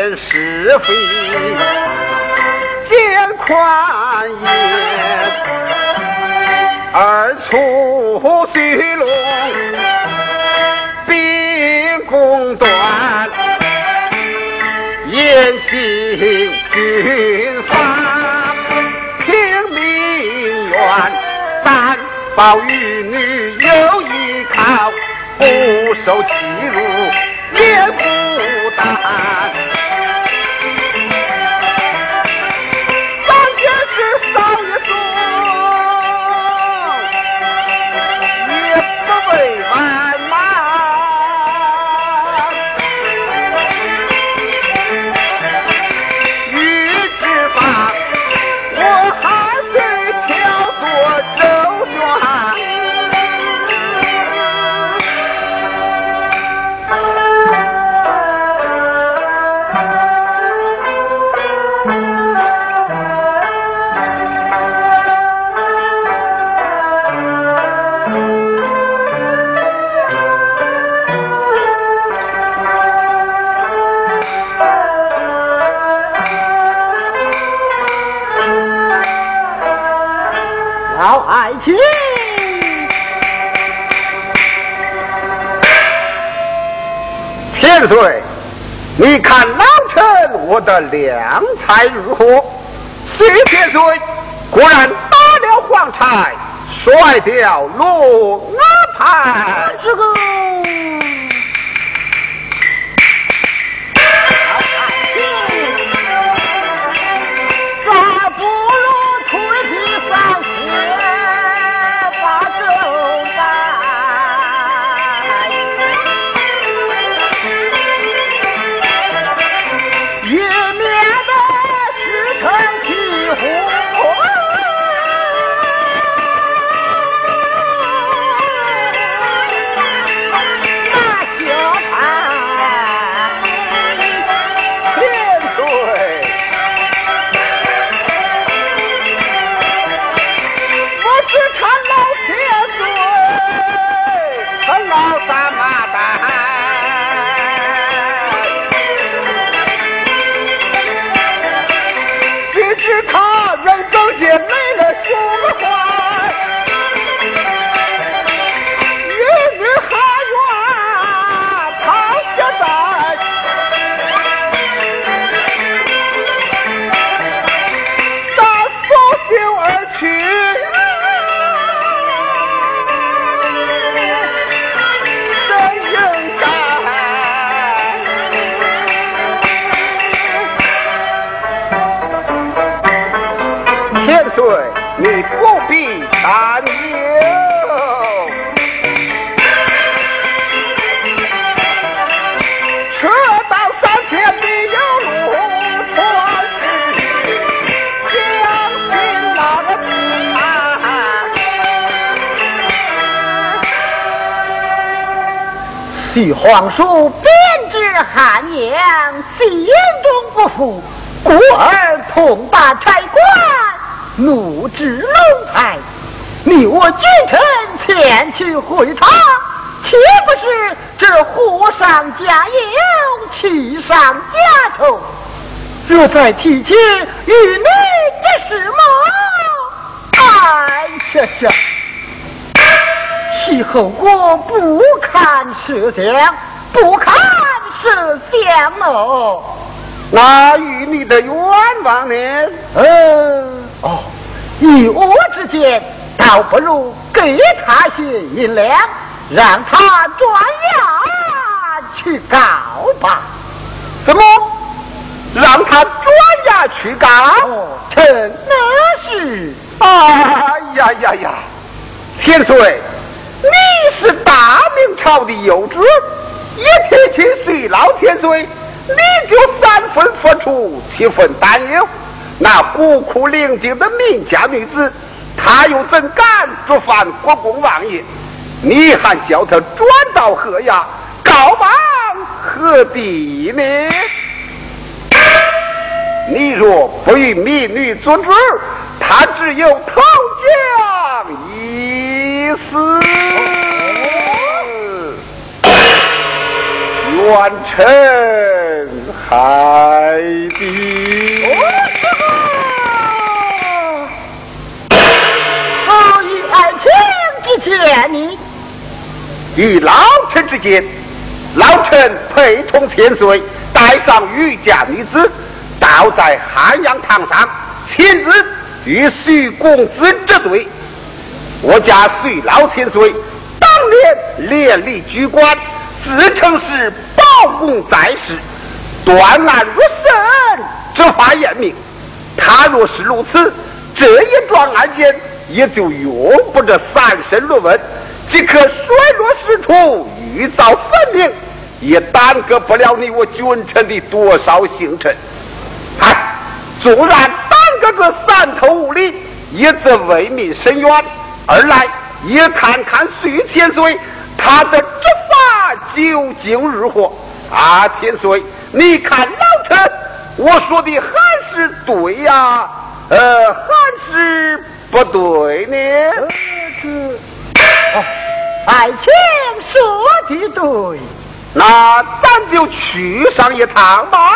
辨是非，见宽言，二处虚龙，秉公断，严行军法，听民怨，担保于女有依靠，不受欺辱也不担。咱家是少爷宗，也不为万马。欲知吧，我还是巧作周旋。 老爱卿， 千岁，你看老臣我的良才如何？徐千岁果然打了黄柴，甩掉罗阿牌。 这个你不必担忧，车到山前必有路，传世将心那个许皇叔编织汉阳，心中不服，故而痛把差官怒至龙台，你我君臣前去会他，岂不是这火上加油，气上加愁？若再提起与你的事么，哎呀，其后果不堪设想，不堪设想哦。 那与你的冤枉呢？ 以我之见，倒不如给他些银两，让他转衙去告吧。 什么？让他转衙去告？ 臣那是。 哎呀！千岁，你是大明朝的幼主，一提起岁老千岁，你就三分付出，七分担忧。那孤苦伶仃的名家女子，她又怎敢触犯国公王爷？你还叫她转到河衙告往何地呢？你若不与民女做主，她只有投江一死。冤臣开的。 我与爱卿之间呢？ 与老臣之间，老臣陪同千岁，带上御家女子，倒在汉阳堂上，亲自与徐公子这对。我家隋老千岁当年连理居官，自称是包公在世，断案如神，执法严明。他若是如此，这一桩案件也就用不着三审论问，即可水落石出，预早分明，也耽搁不了你我君臣的多少行程。哎，纵然耽搁个三头五里，也则为民伸冤。二来也看看徐千岁他的执法究竟如何啊！千岁，你看老臣我说的还是对呀，还是不对呢？ 爱卿说的对， 那咱就去上一趟吧。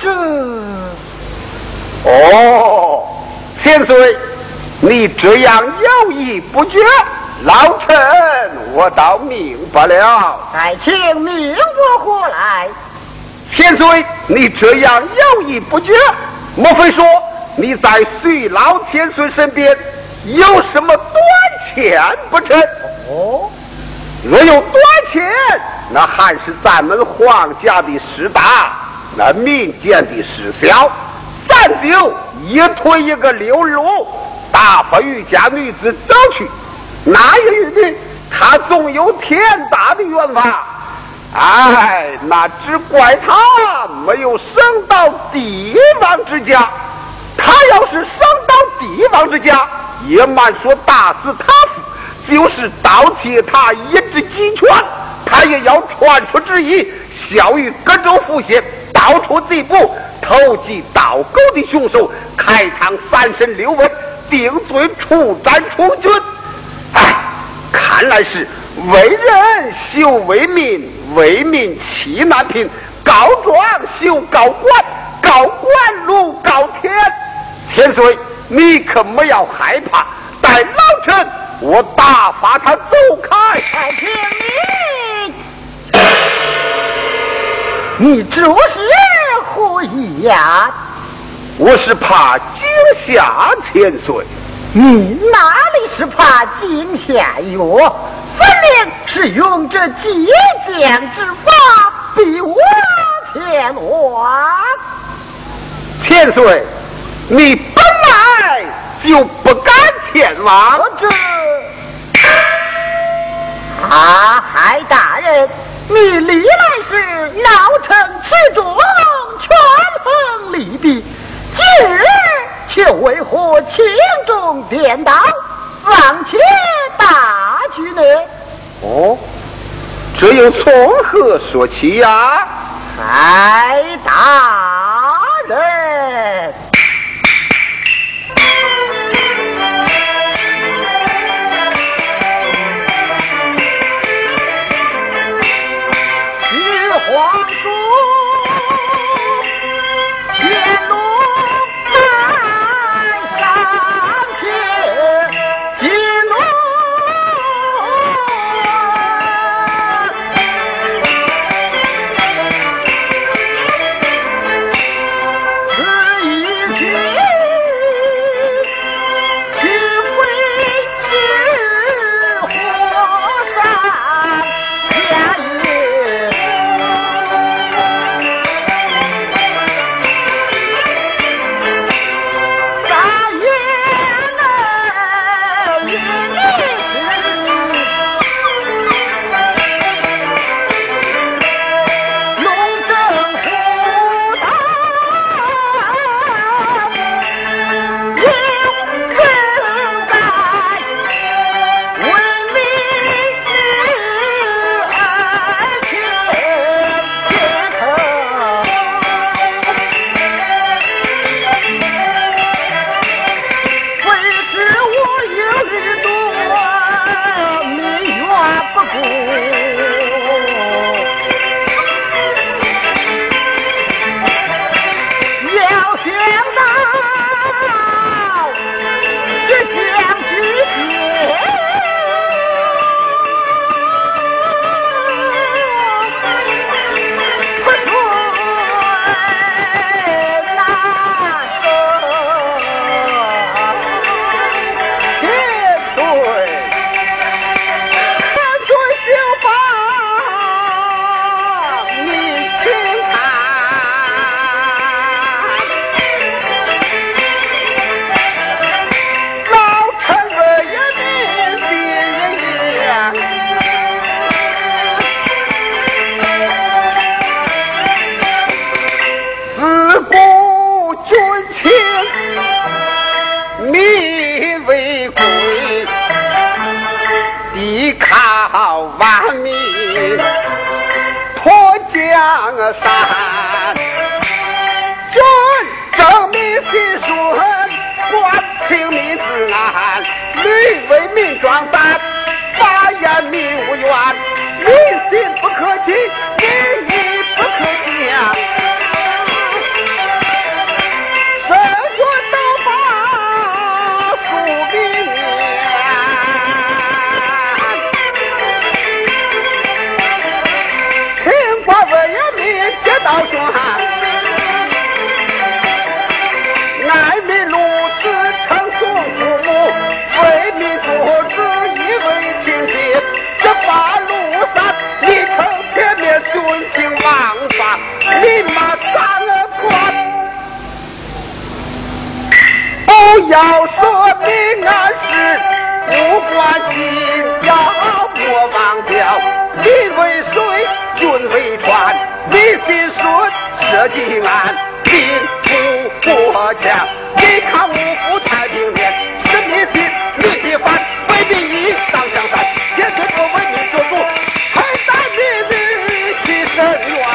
千岁，你这样犹豫不决，老臣我倒明白了。 爱卿明白过来。 千岁，你这样犹豫不决，莫非说你在隋老千岁身边有什么短欠不成？若有短欠，那还是咱们皇家的事大，那民间的事小，咱就一推一个溜路，打发御家女子走去。那一日呢，他总有天大的愿望。哎，那只怪他没有升到帝王之家。他要是升到帝王之家，也满说打死他父，就是盗窃他一只鸡犬，他也要传出旨意，效于各州府县，到处缉捕投机倒狗的凶手，开堂3审6问，定罪处斩充军。哎，看来是为人修为民，为民弃难平，告状修告官，告官如告天。千岁，你可没要害怕，待老臣我打发他走开。 爱卿你这是何意呀？ 我是怕惊吓千岁。 你哪里是怕惊吓哟？分明是用这激将之法逼我前往。 千岁，你本来就不敢前往。 海大人，你历来是闹成持重，权衡利弊，今日却为何轻重颠倒，忘却大局呢？ 这又从何说起呀？ 海大人，皇叔乾隆在上前，金龙把你脱江山，君正民心顺，官平民自安，屡为民壮胆，发言民无怨，民心不可欺，民意不可降。道宣爱民如子称颂父母，为民做主以为亲戚，这八路山你成前面尊敬王法，你马三关不要说明暗事，不管今朝莫忘掉，民为水君为船，民心顺社稷安，民富国强，你看五福太平年，是民心民必反，为民义当江山，坚决不为民做主，还待民女其深远。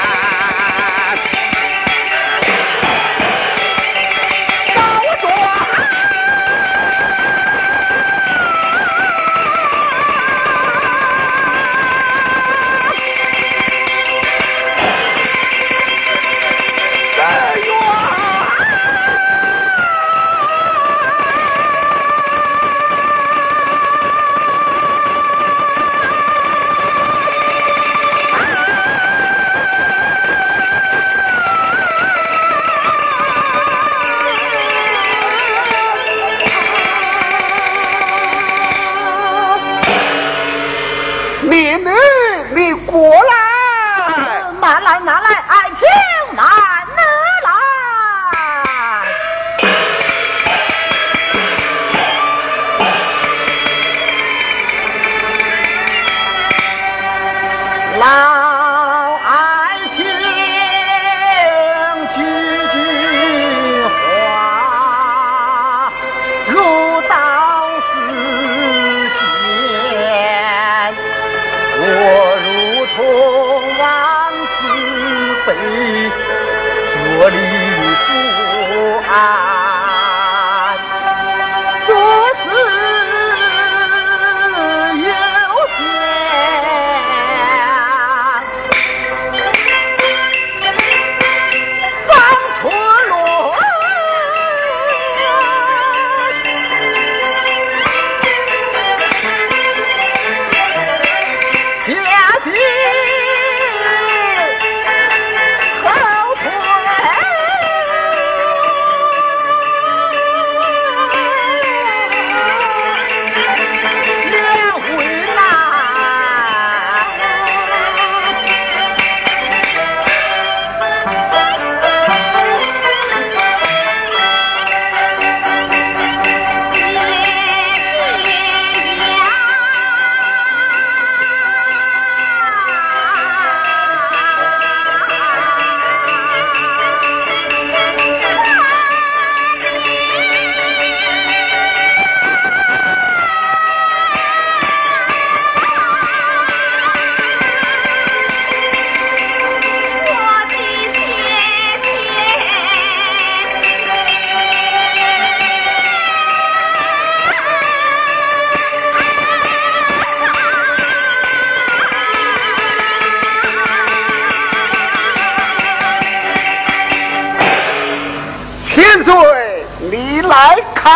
你来看，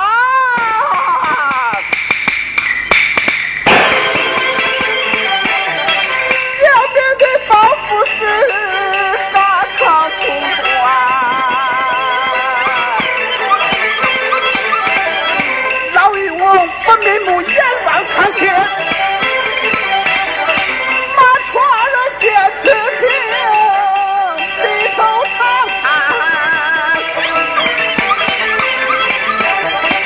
两边的包袱是沙场出关，老渔翁不瞑目眼望看天，马船儿见此情，低头长叹。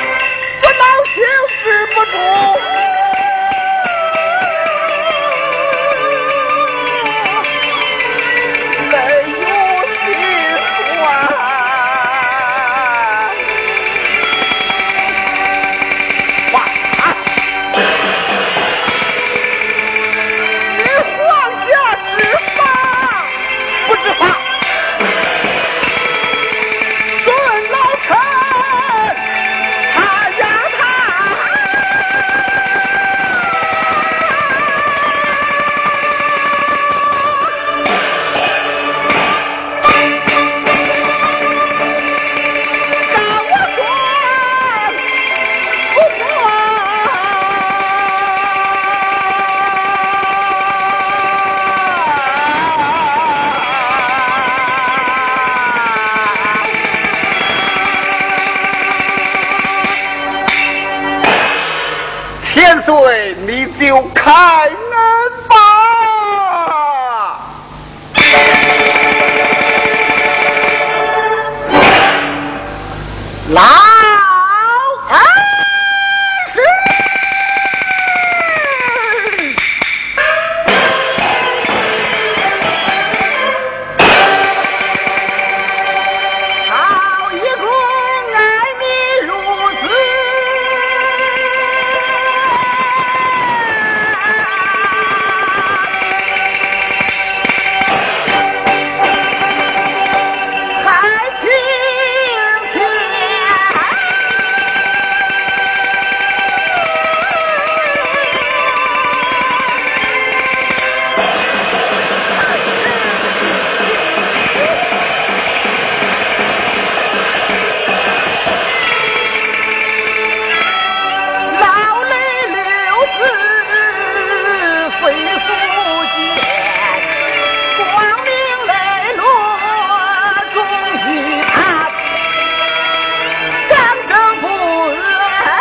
岁你就开恩吧。 老恩师，好一个爱你如此，还亲切。老泪流至肺腑间，光明磊落终一叹，刚正不阿，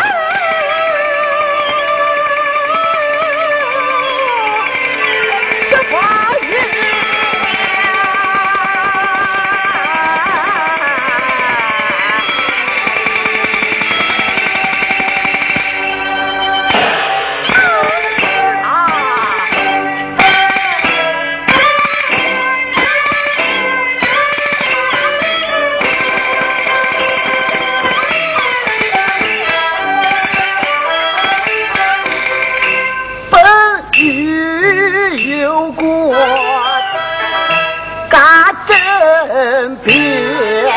这话语本欲有过嘎真变，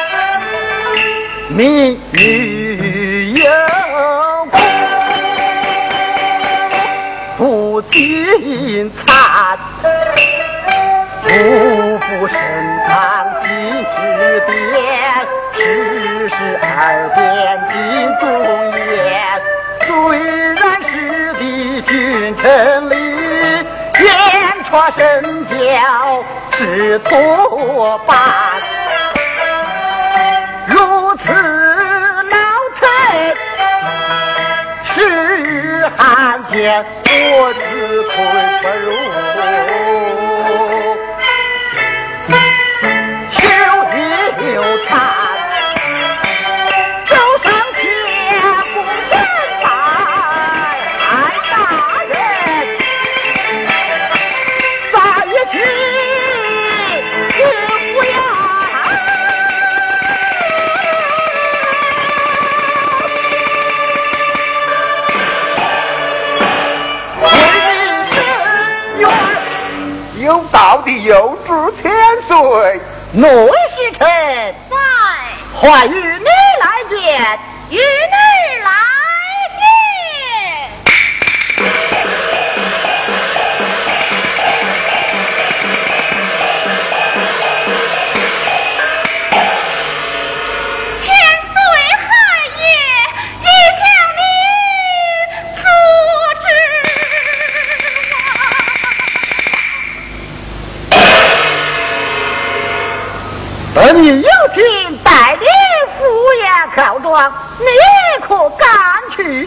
命欲有故不尽残，不负盛唐今之典，世事二变尽中言。虽然是的君臣里，言传身教是多半。如此老臣，时日罕见，我自愧不如。休有禅，走上前不前来，大人在一起也不要。 有道的有主千岁， 内侍臣在，唤与你来见，与你来见。千岁汉爷，已叫你阻止。本女有心代你赴宴考状，你可敢去？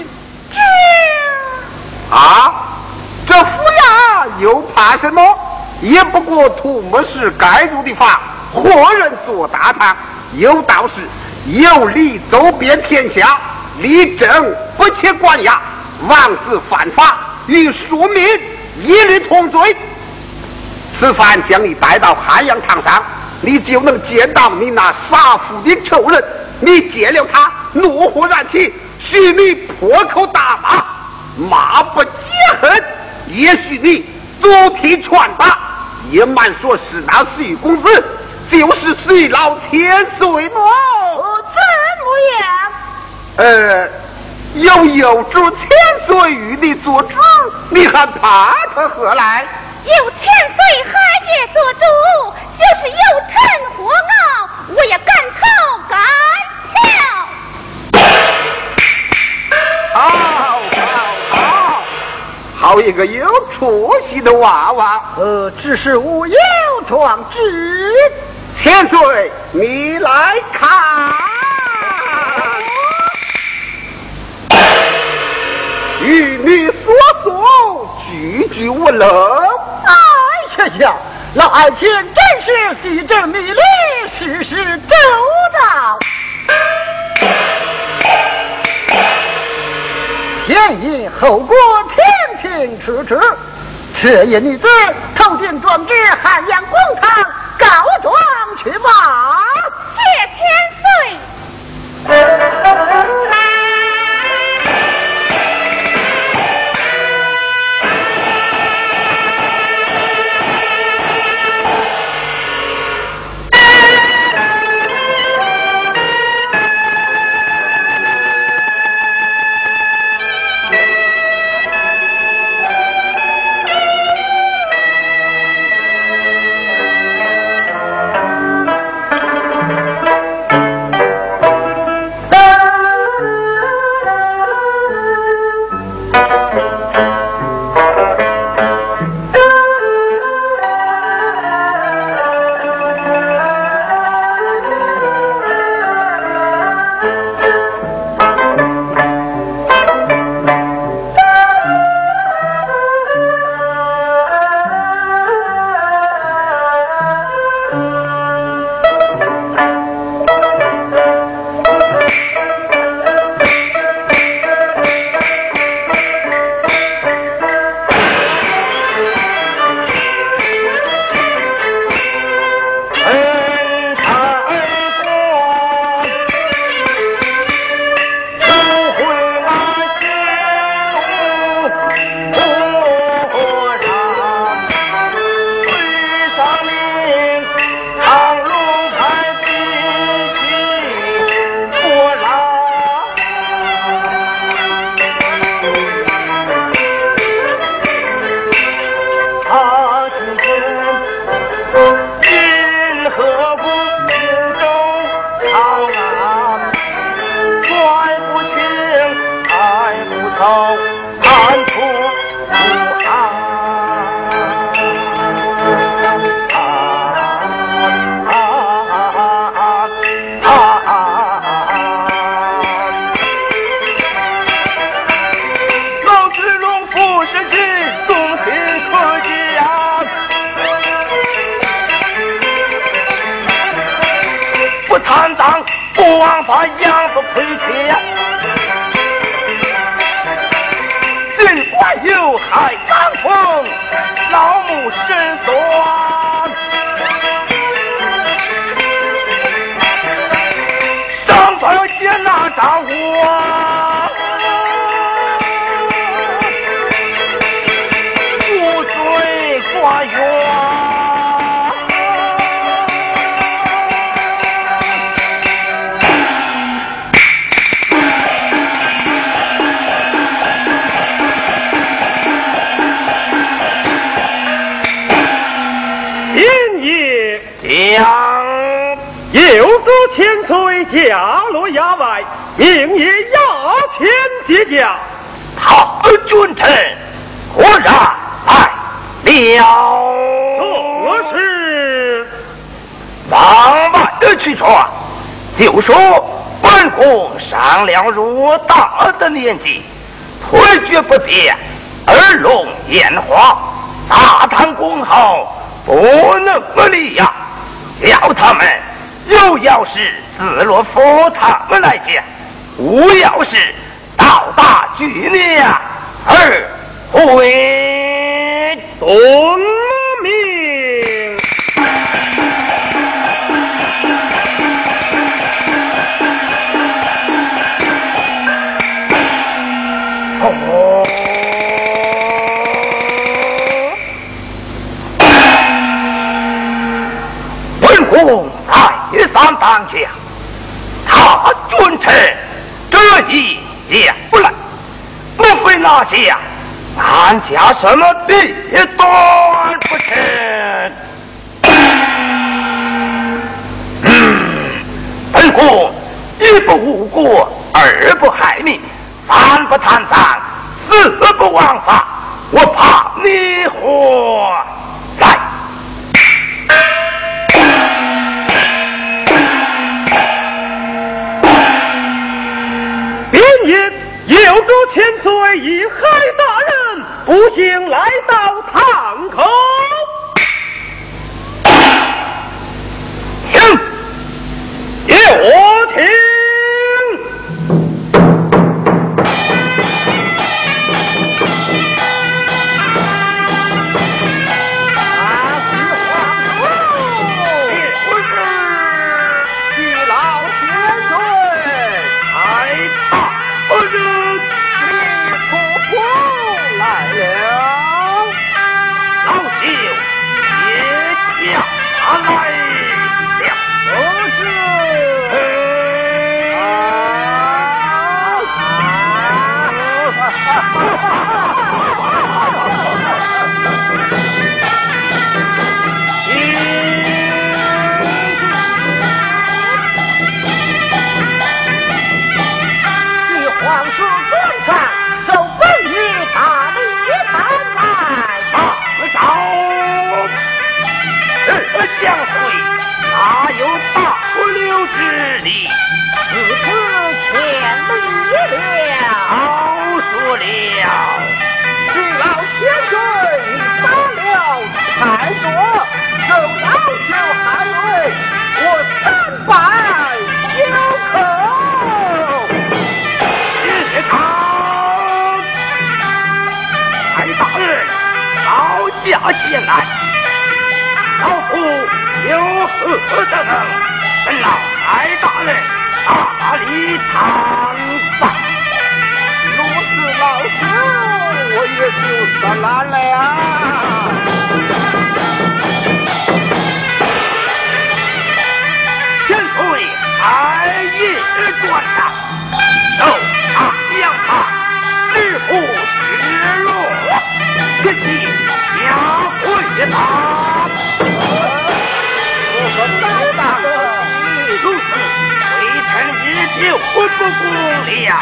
这府衙又怕什么？也不过土木是该入的法，活人做大堂，有道是有理走遍天下，理政不切官衙，妄自犯法，与庶民一律同罪。此番将你带到汉阳堂上，你就能见到你那杀父的仇人。你见了他，怒火燃起，许你破口大骂，骂不解恨。也许你足体传达，也瞒说是那隋公子，就是隋老千岁么？ 怎么样？ 有主千岁与你做主，你还怕他何来？ 有千岁汉爷做主，就是有臣活傲，我也敢投敢跳。好一个有出息的娃娃！ 只是无有壮志。 千岁，你来看。 与你所说句句无漏。 哎呀，老爱卿真是细致密理，事事周到。前因后果，清清楚楚。这一女子头顶壮志，汉阳公堂告状去吧。 谢千岁。 下落衙外，明夜衙前接驾。 他君臣果然来了。 这是往外的去说，就说本宫上了如大的年纪，推举不便，耳聋眼花，大唐公后不能不理呀。叫他们有要事自若扶他们来讲，无要事到达举念而回。 遵命。 本宫再三当讲，他君臣这一也不来，莫非拿下俺家什么弊端不成？本宫一不误国，二不害民，三不贪赃，四不枉法，我怕你活来。 边爷有主千岁与海大人步行来到堂口，请给我听。前来，老夫有何德能，本老太大人大礼参拜。 如此老师，我也就算来了。 千岁开业转上，手拿两塔，日不日落，这起下回答。 我说太大了， 如此微臣日久不公了。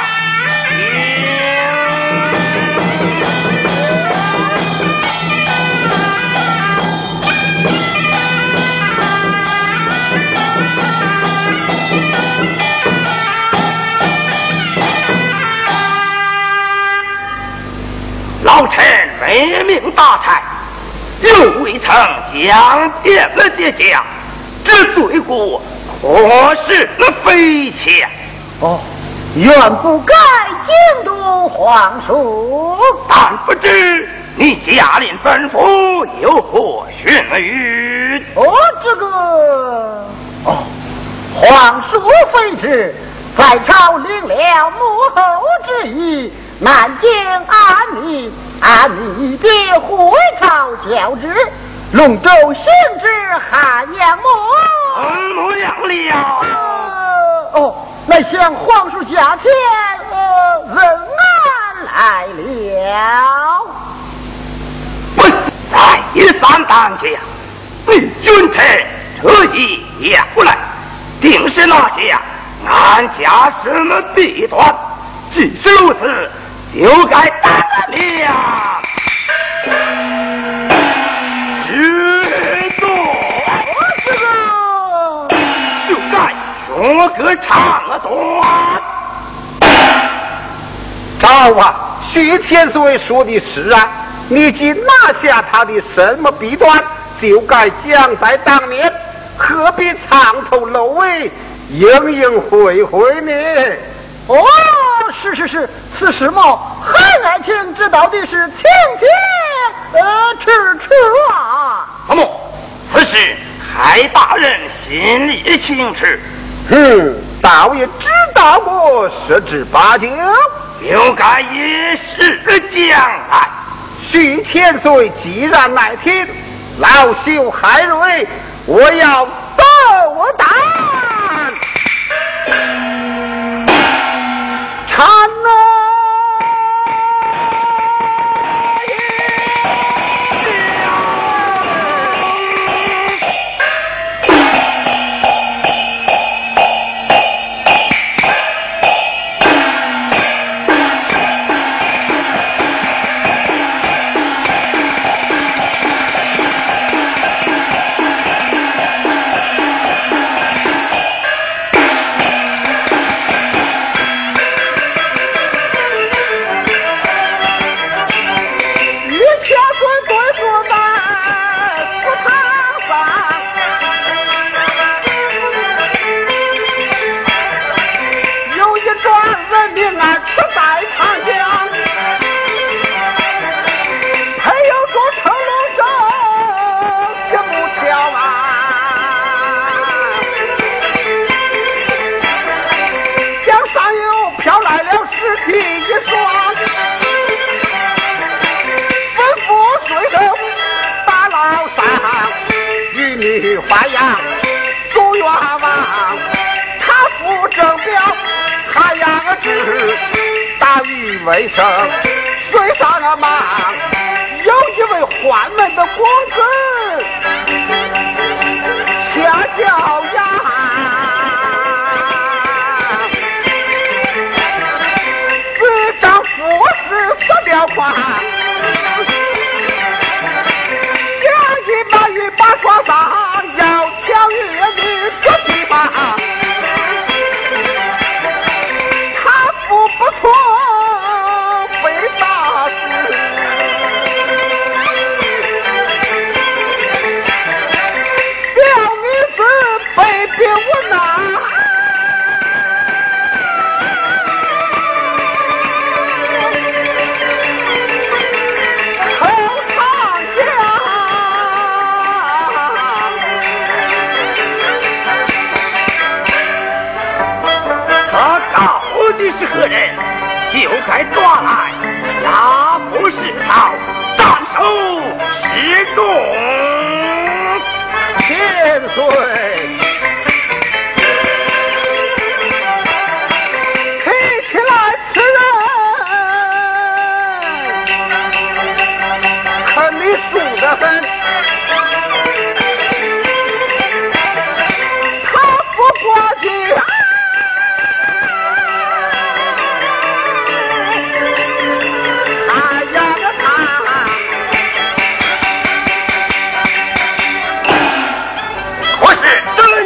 老臣没命大差，又未曾将骗了姐姐，这罪过可是那非浅。 哦，愿不该惊动皇叔， 但不知你驾临吩咐有何训谕？ 这个皇叔非旨，在朝领了幕后之意，南京安妮别回朝交旨，龙州行至汉阳模样了。 来向皇叔驾前问安来了。 我再三当家，你君臣这一也不来，定是那些俺家什么弊端，既是如此，就该打了。知道就该说个长短。 赵啊，徐千岁说的是啊，你既拿下他的什么弊端，就该讲在当面，何必藏头露尾，应会会呢？ 是，此事嘛，韩爱卿知道的是清啊。 此事海大人心里清楚。 倒也知道我十之八九， 就该一时将来。 徐千岁既然来听，老朽海瑞，我要斗胆参哎呀，朱元王他父正表汉阳之大禹为生，水上了忙，有一位宦门的公子下叫呀，自丈夫是死了狂，将一把玉把双上，要抢玉女这地方，他父不错非大事，小女子被逼无奈，后长江。 他告的是何人？就该抓来，押赴市曹，斩首示众。 千岁，提起来此人，可你输得很。他不过去，他呀个他， 我是真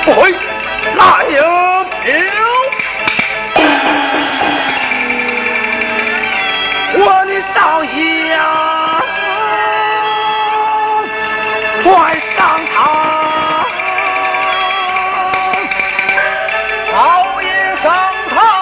不会，来有凭。我的少爷呀，快上堂！少爷上堂！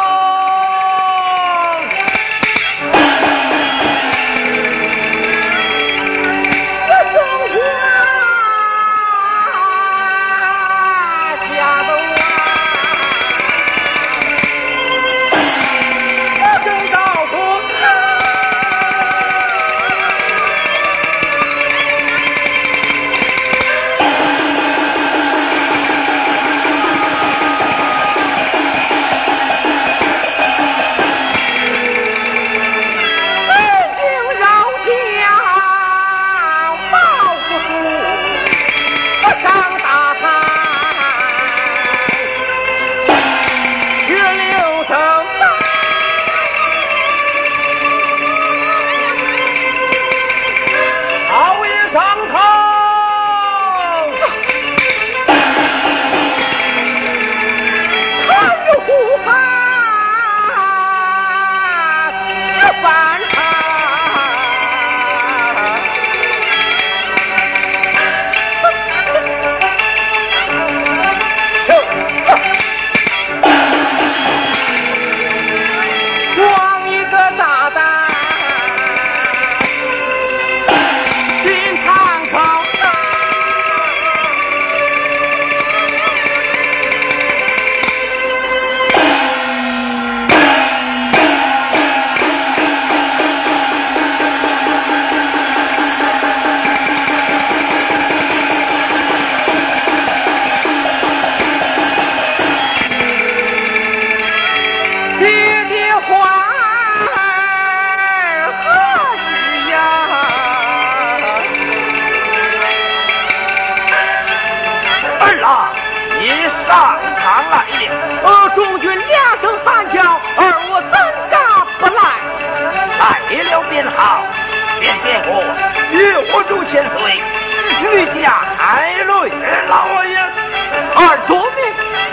众军两声喊叫，而我怎敢不来？ 来了便好，便见过岳火主千岁，御驾海瑞老王爷， 而夺命。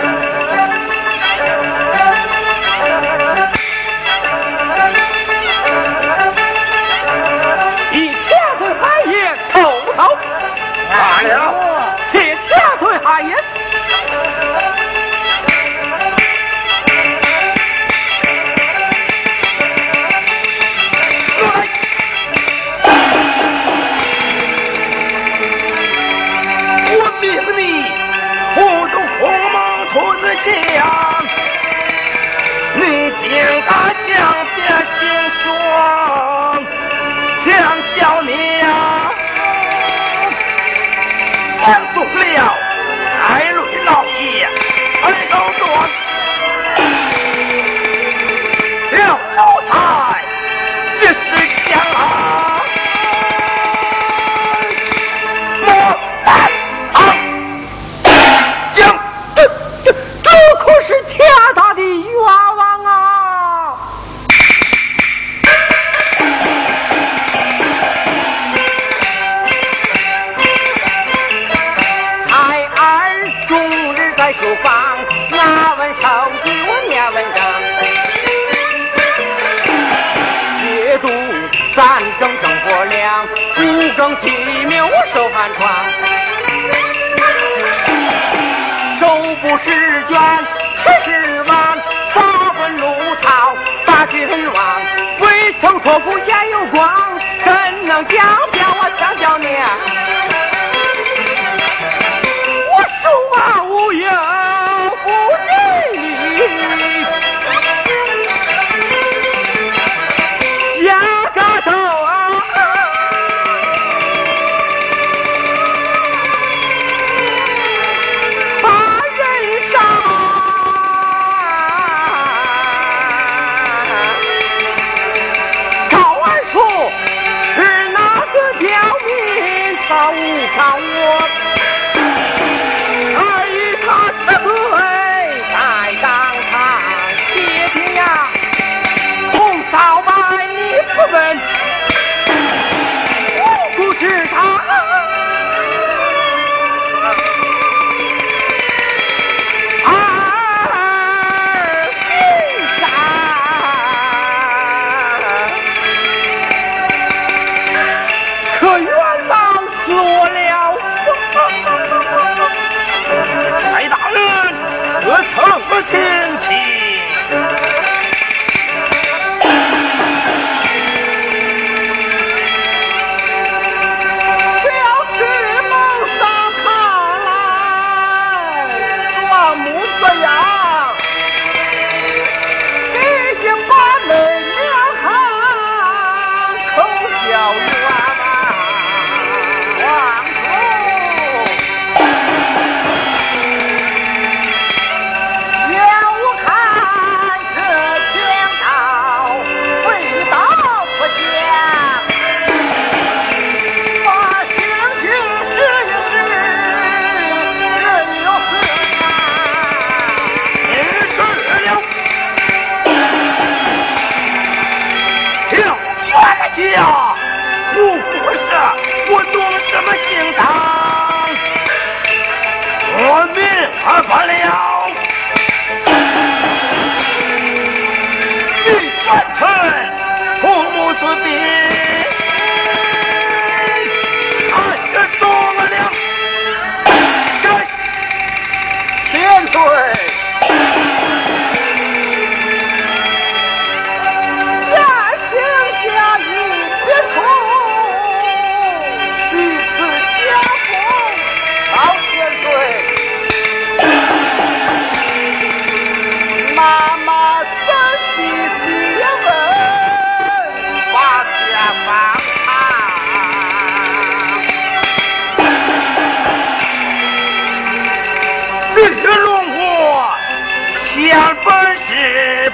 以千岁海爷头头， 罢了， 谢千岁海爷。 你竟敢将别行说，想叫你呀，先做了海瑞老爷，还告状，了奴才这是将来莫胆藏将。 这可是天大的冤枉啊！孩儿终日在书房，拿文手机我念文章，阅读三更正过量，5更7鸣我手寒窗。手不释卷，吃是王，发问路逃，大军王，未曾说不显有光，怎能讲表我想叫娘？我手啊无有不给你，压个头啊！无看我，而与他此罪在当堂，且听呀，红烧白你不问，无辜之他，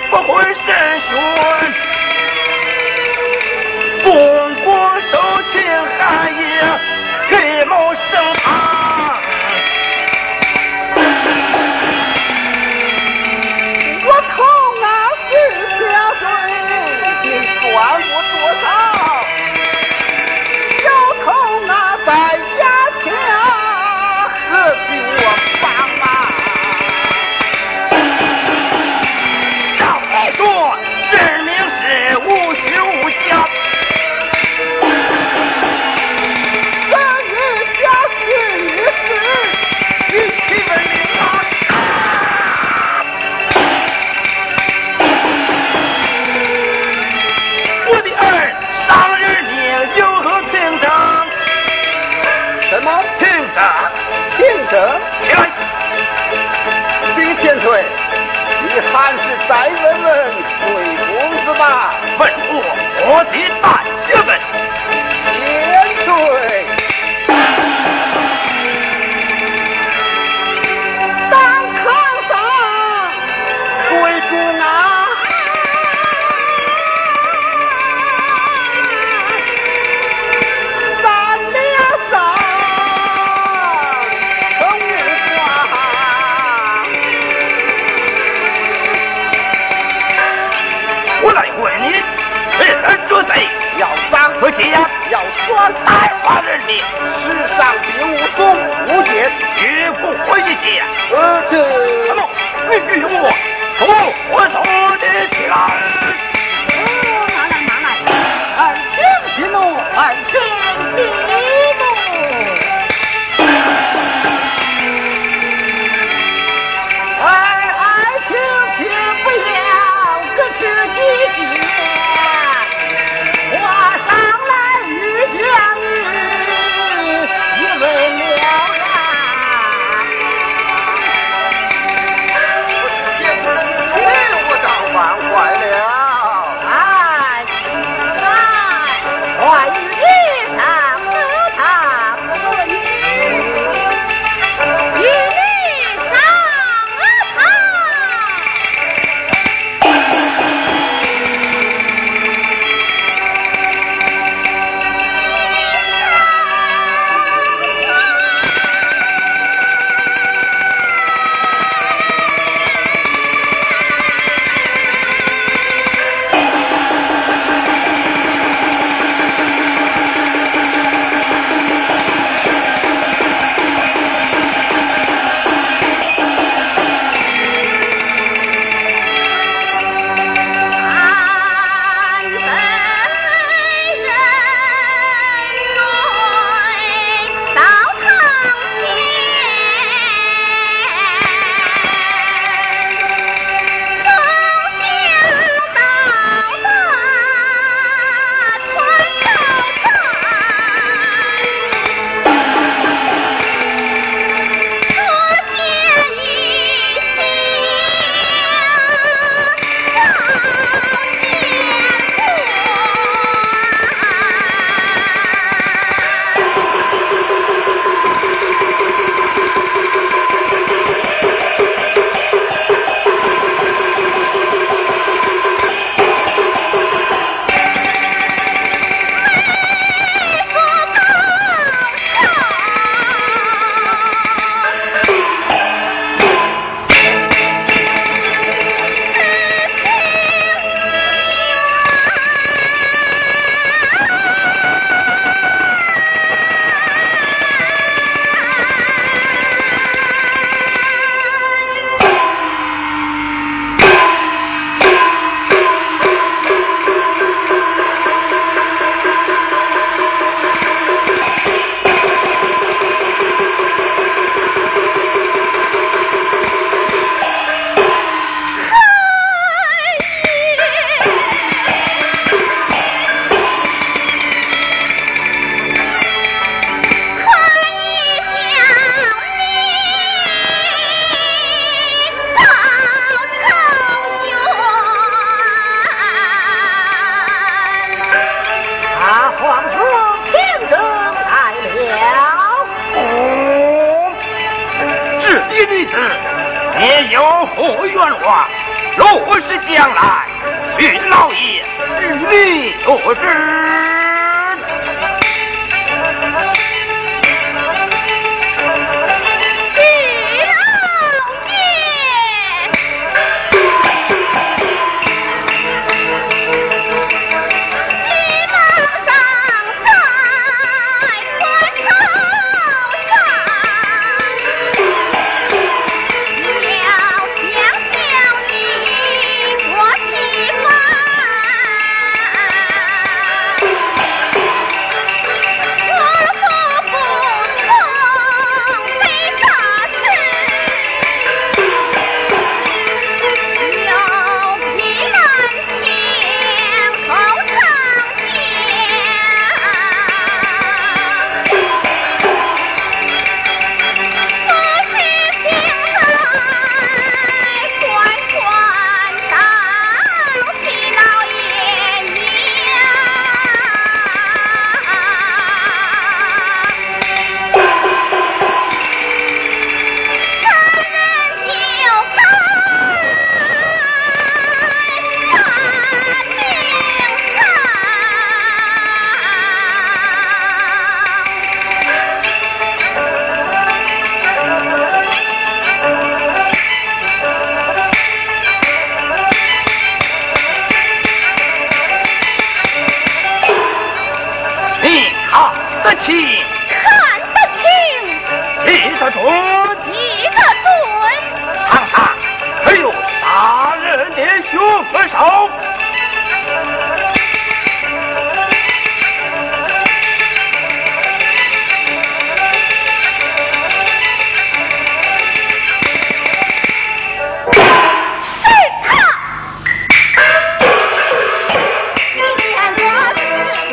不会审讯，公公受请寒夜，给谋升堂。 我从那10下罪，你算我多少？要从那在衙前，何必我帮忙？ 照你说，人命是无虚无假。 听着，丁千岁，你还是再问问贵公子吧。 问我即大学问。 千岁，当堂上贵公啊，咱俩上。 我来问你，为人捉贼， 要斩不结呀， 要耍太华人命， 世上并无所不见， 绝不会一见。 这么你与我说的起来。 拿来，二请息怒，二请息怒。二请息不要各持己见，话上来欲将一为了然。 我倒烦坏了。 坏于上和他和你，一律上堂。 你有负冤枉， 若是将来徐老爷与你有知。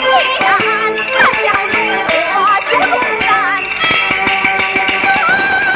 我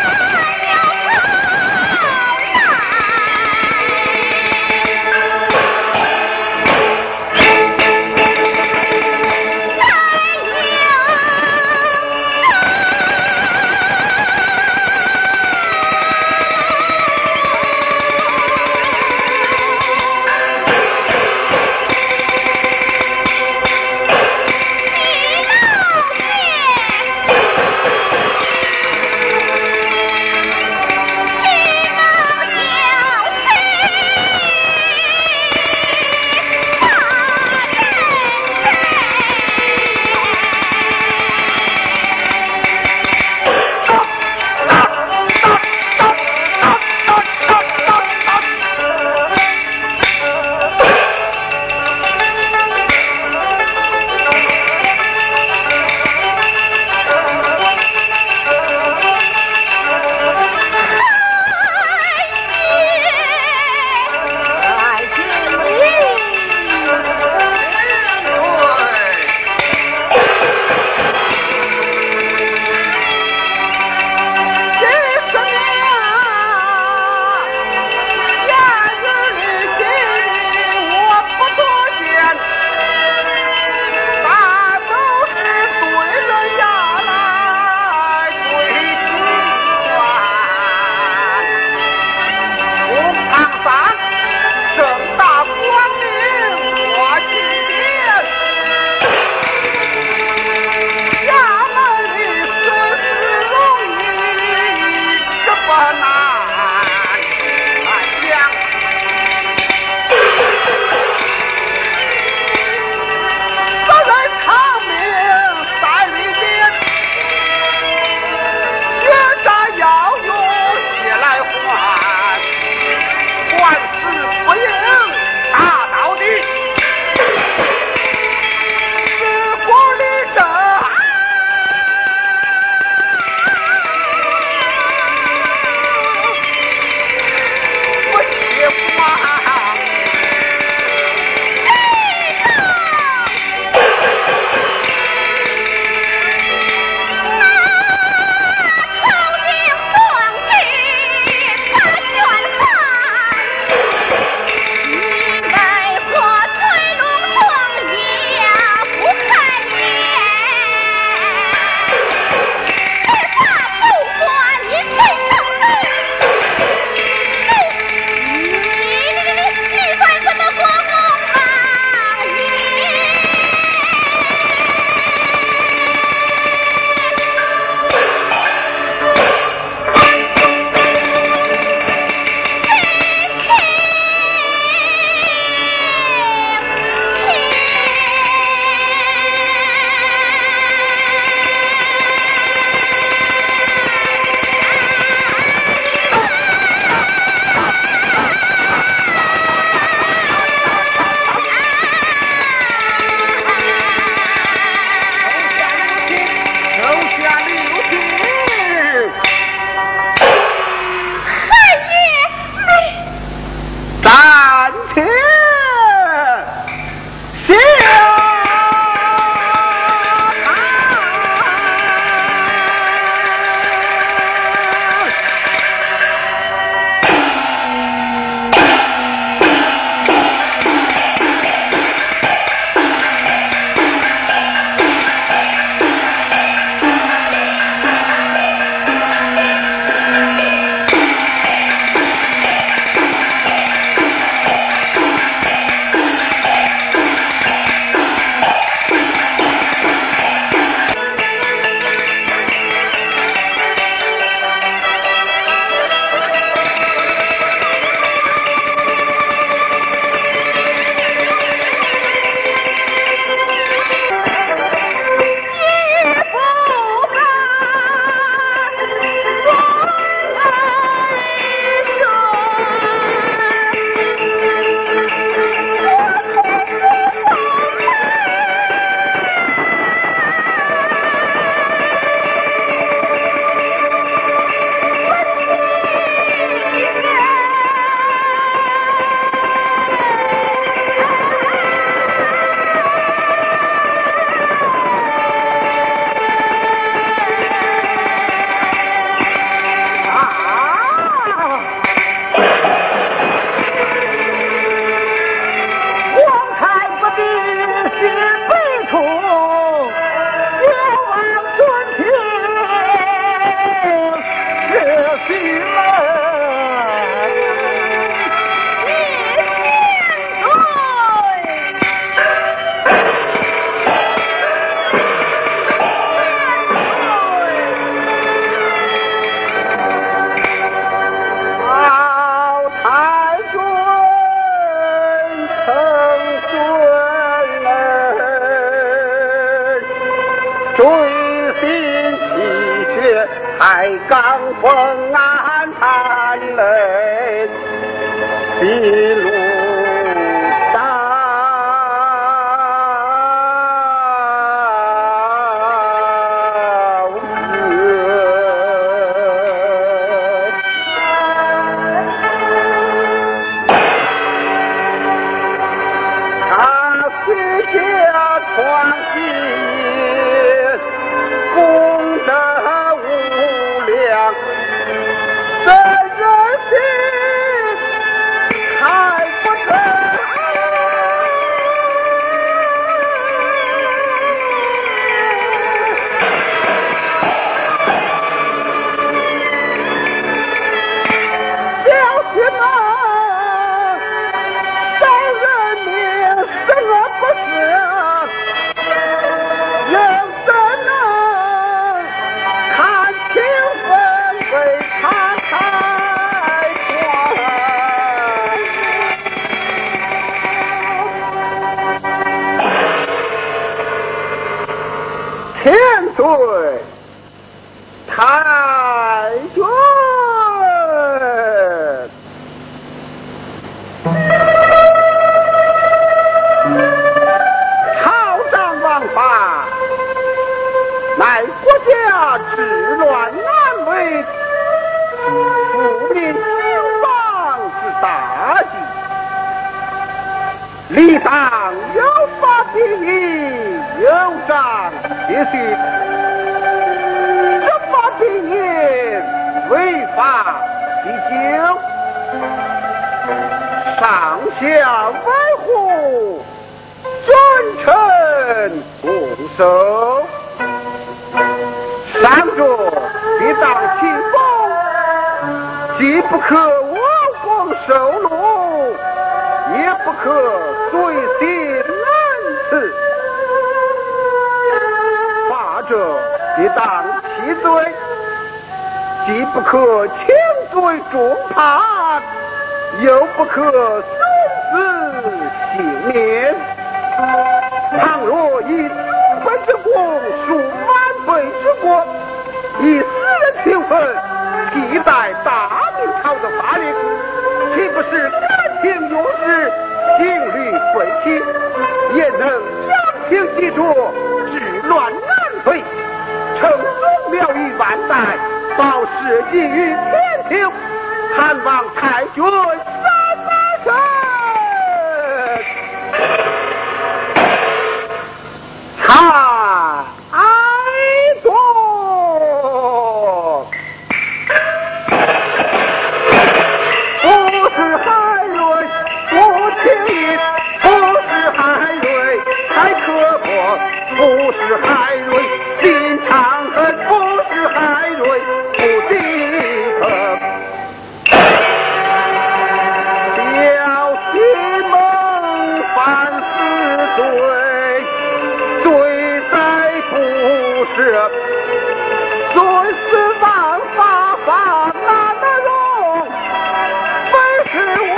血，海港风暗叹泪，一路理当有法必依，有章必循。执法必严，违法必究。上下维护，尊臣共守。上着必当清风，既不可窝光受禄，也不可随心恩赐。法者必当其罪，既不可轻罪重判，又不可送死性命。倘若以数倍之功，数万倍之过，以私人情分替代大明朝的法令，岂不是感情用事，性律废弃，也能伤情记住，治乱难废，成宗庙于万代，报社稷于天庭，探望太君三百岁。太多不是海瑞不轻易，不是海瑞太刻薄，不是海瑞心肠狠，不是海瑞不低头。小心蒙犯死罪，罪在不赦，罪死万法法难得容，非是我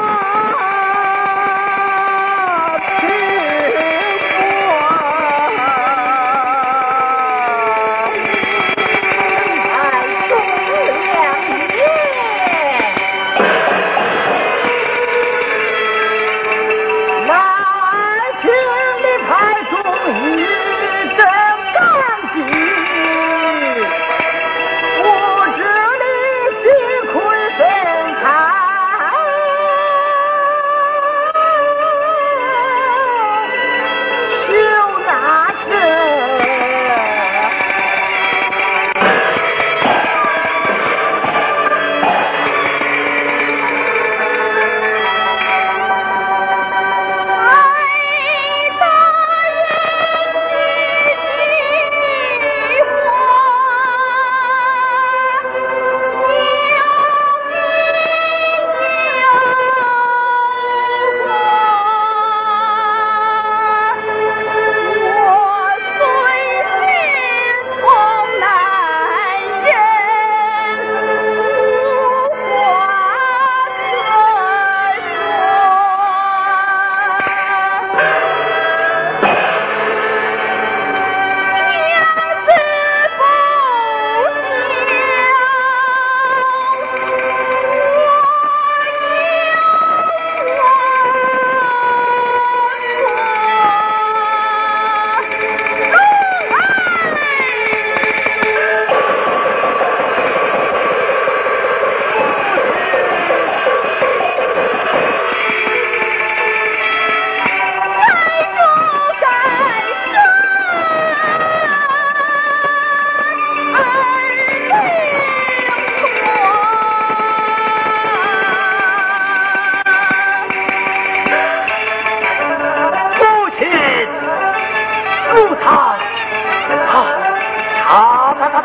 情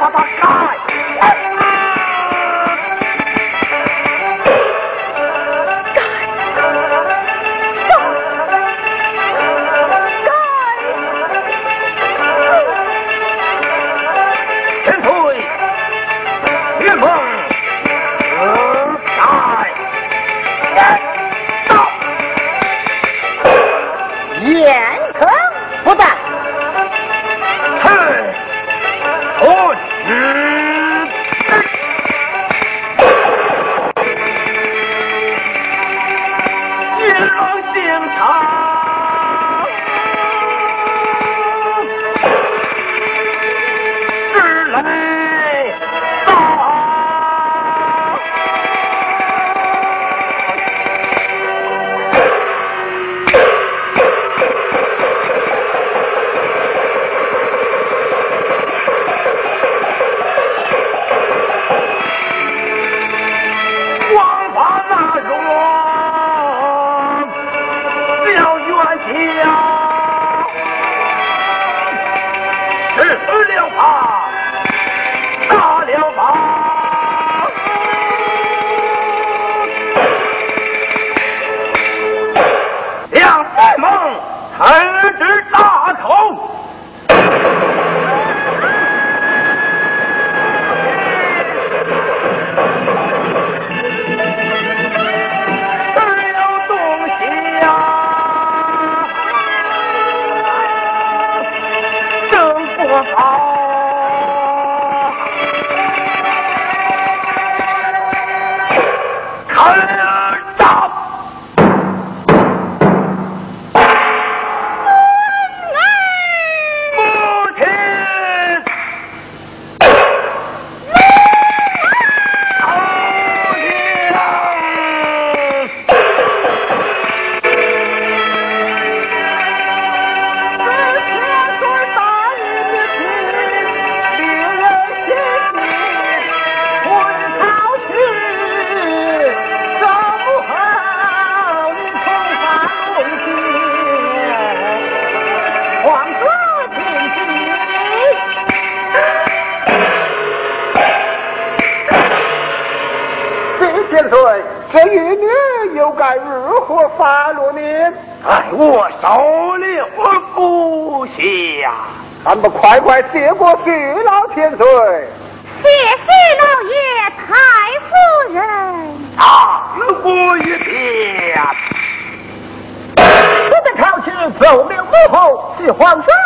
把它改。 严坑不在， 我一郎刑场，直来到。儿之大口，只有东西呀，正不好。 千岁，这一年又该如何发落呢？ 哎，我手里我不下， 咱们快快谢过徐老千岁。 谢谢老爷太夫人。 长过一遍。 我的朝廷奏明母后是皇上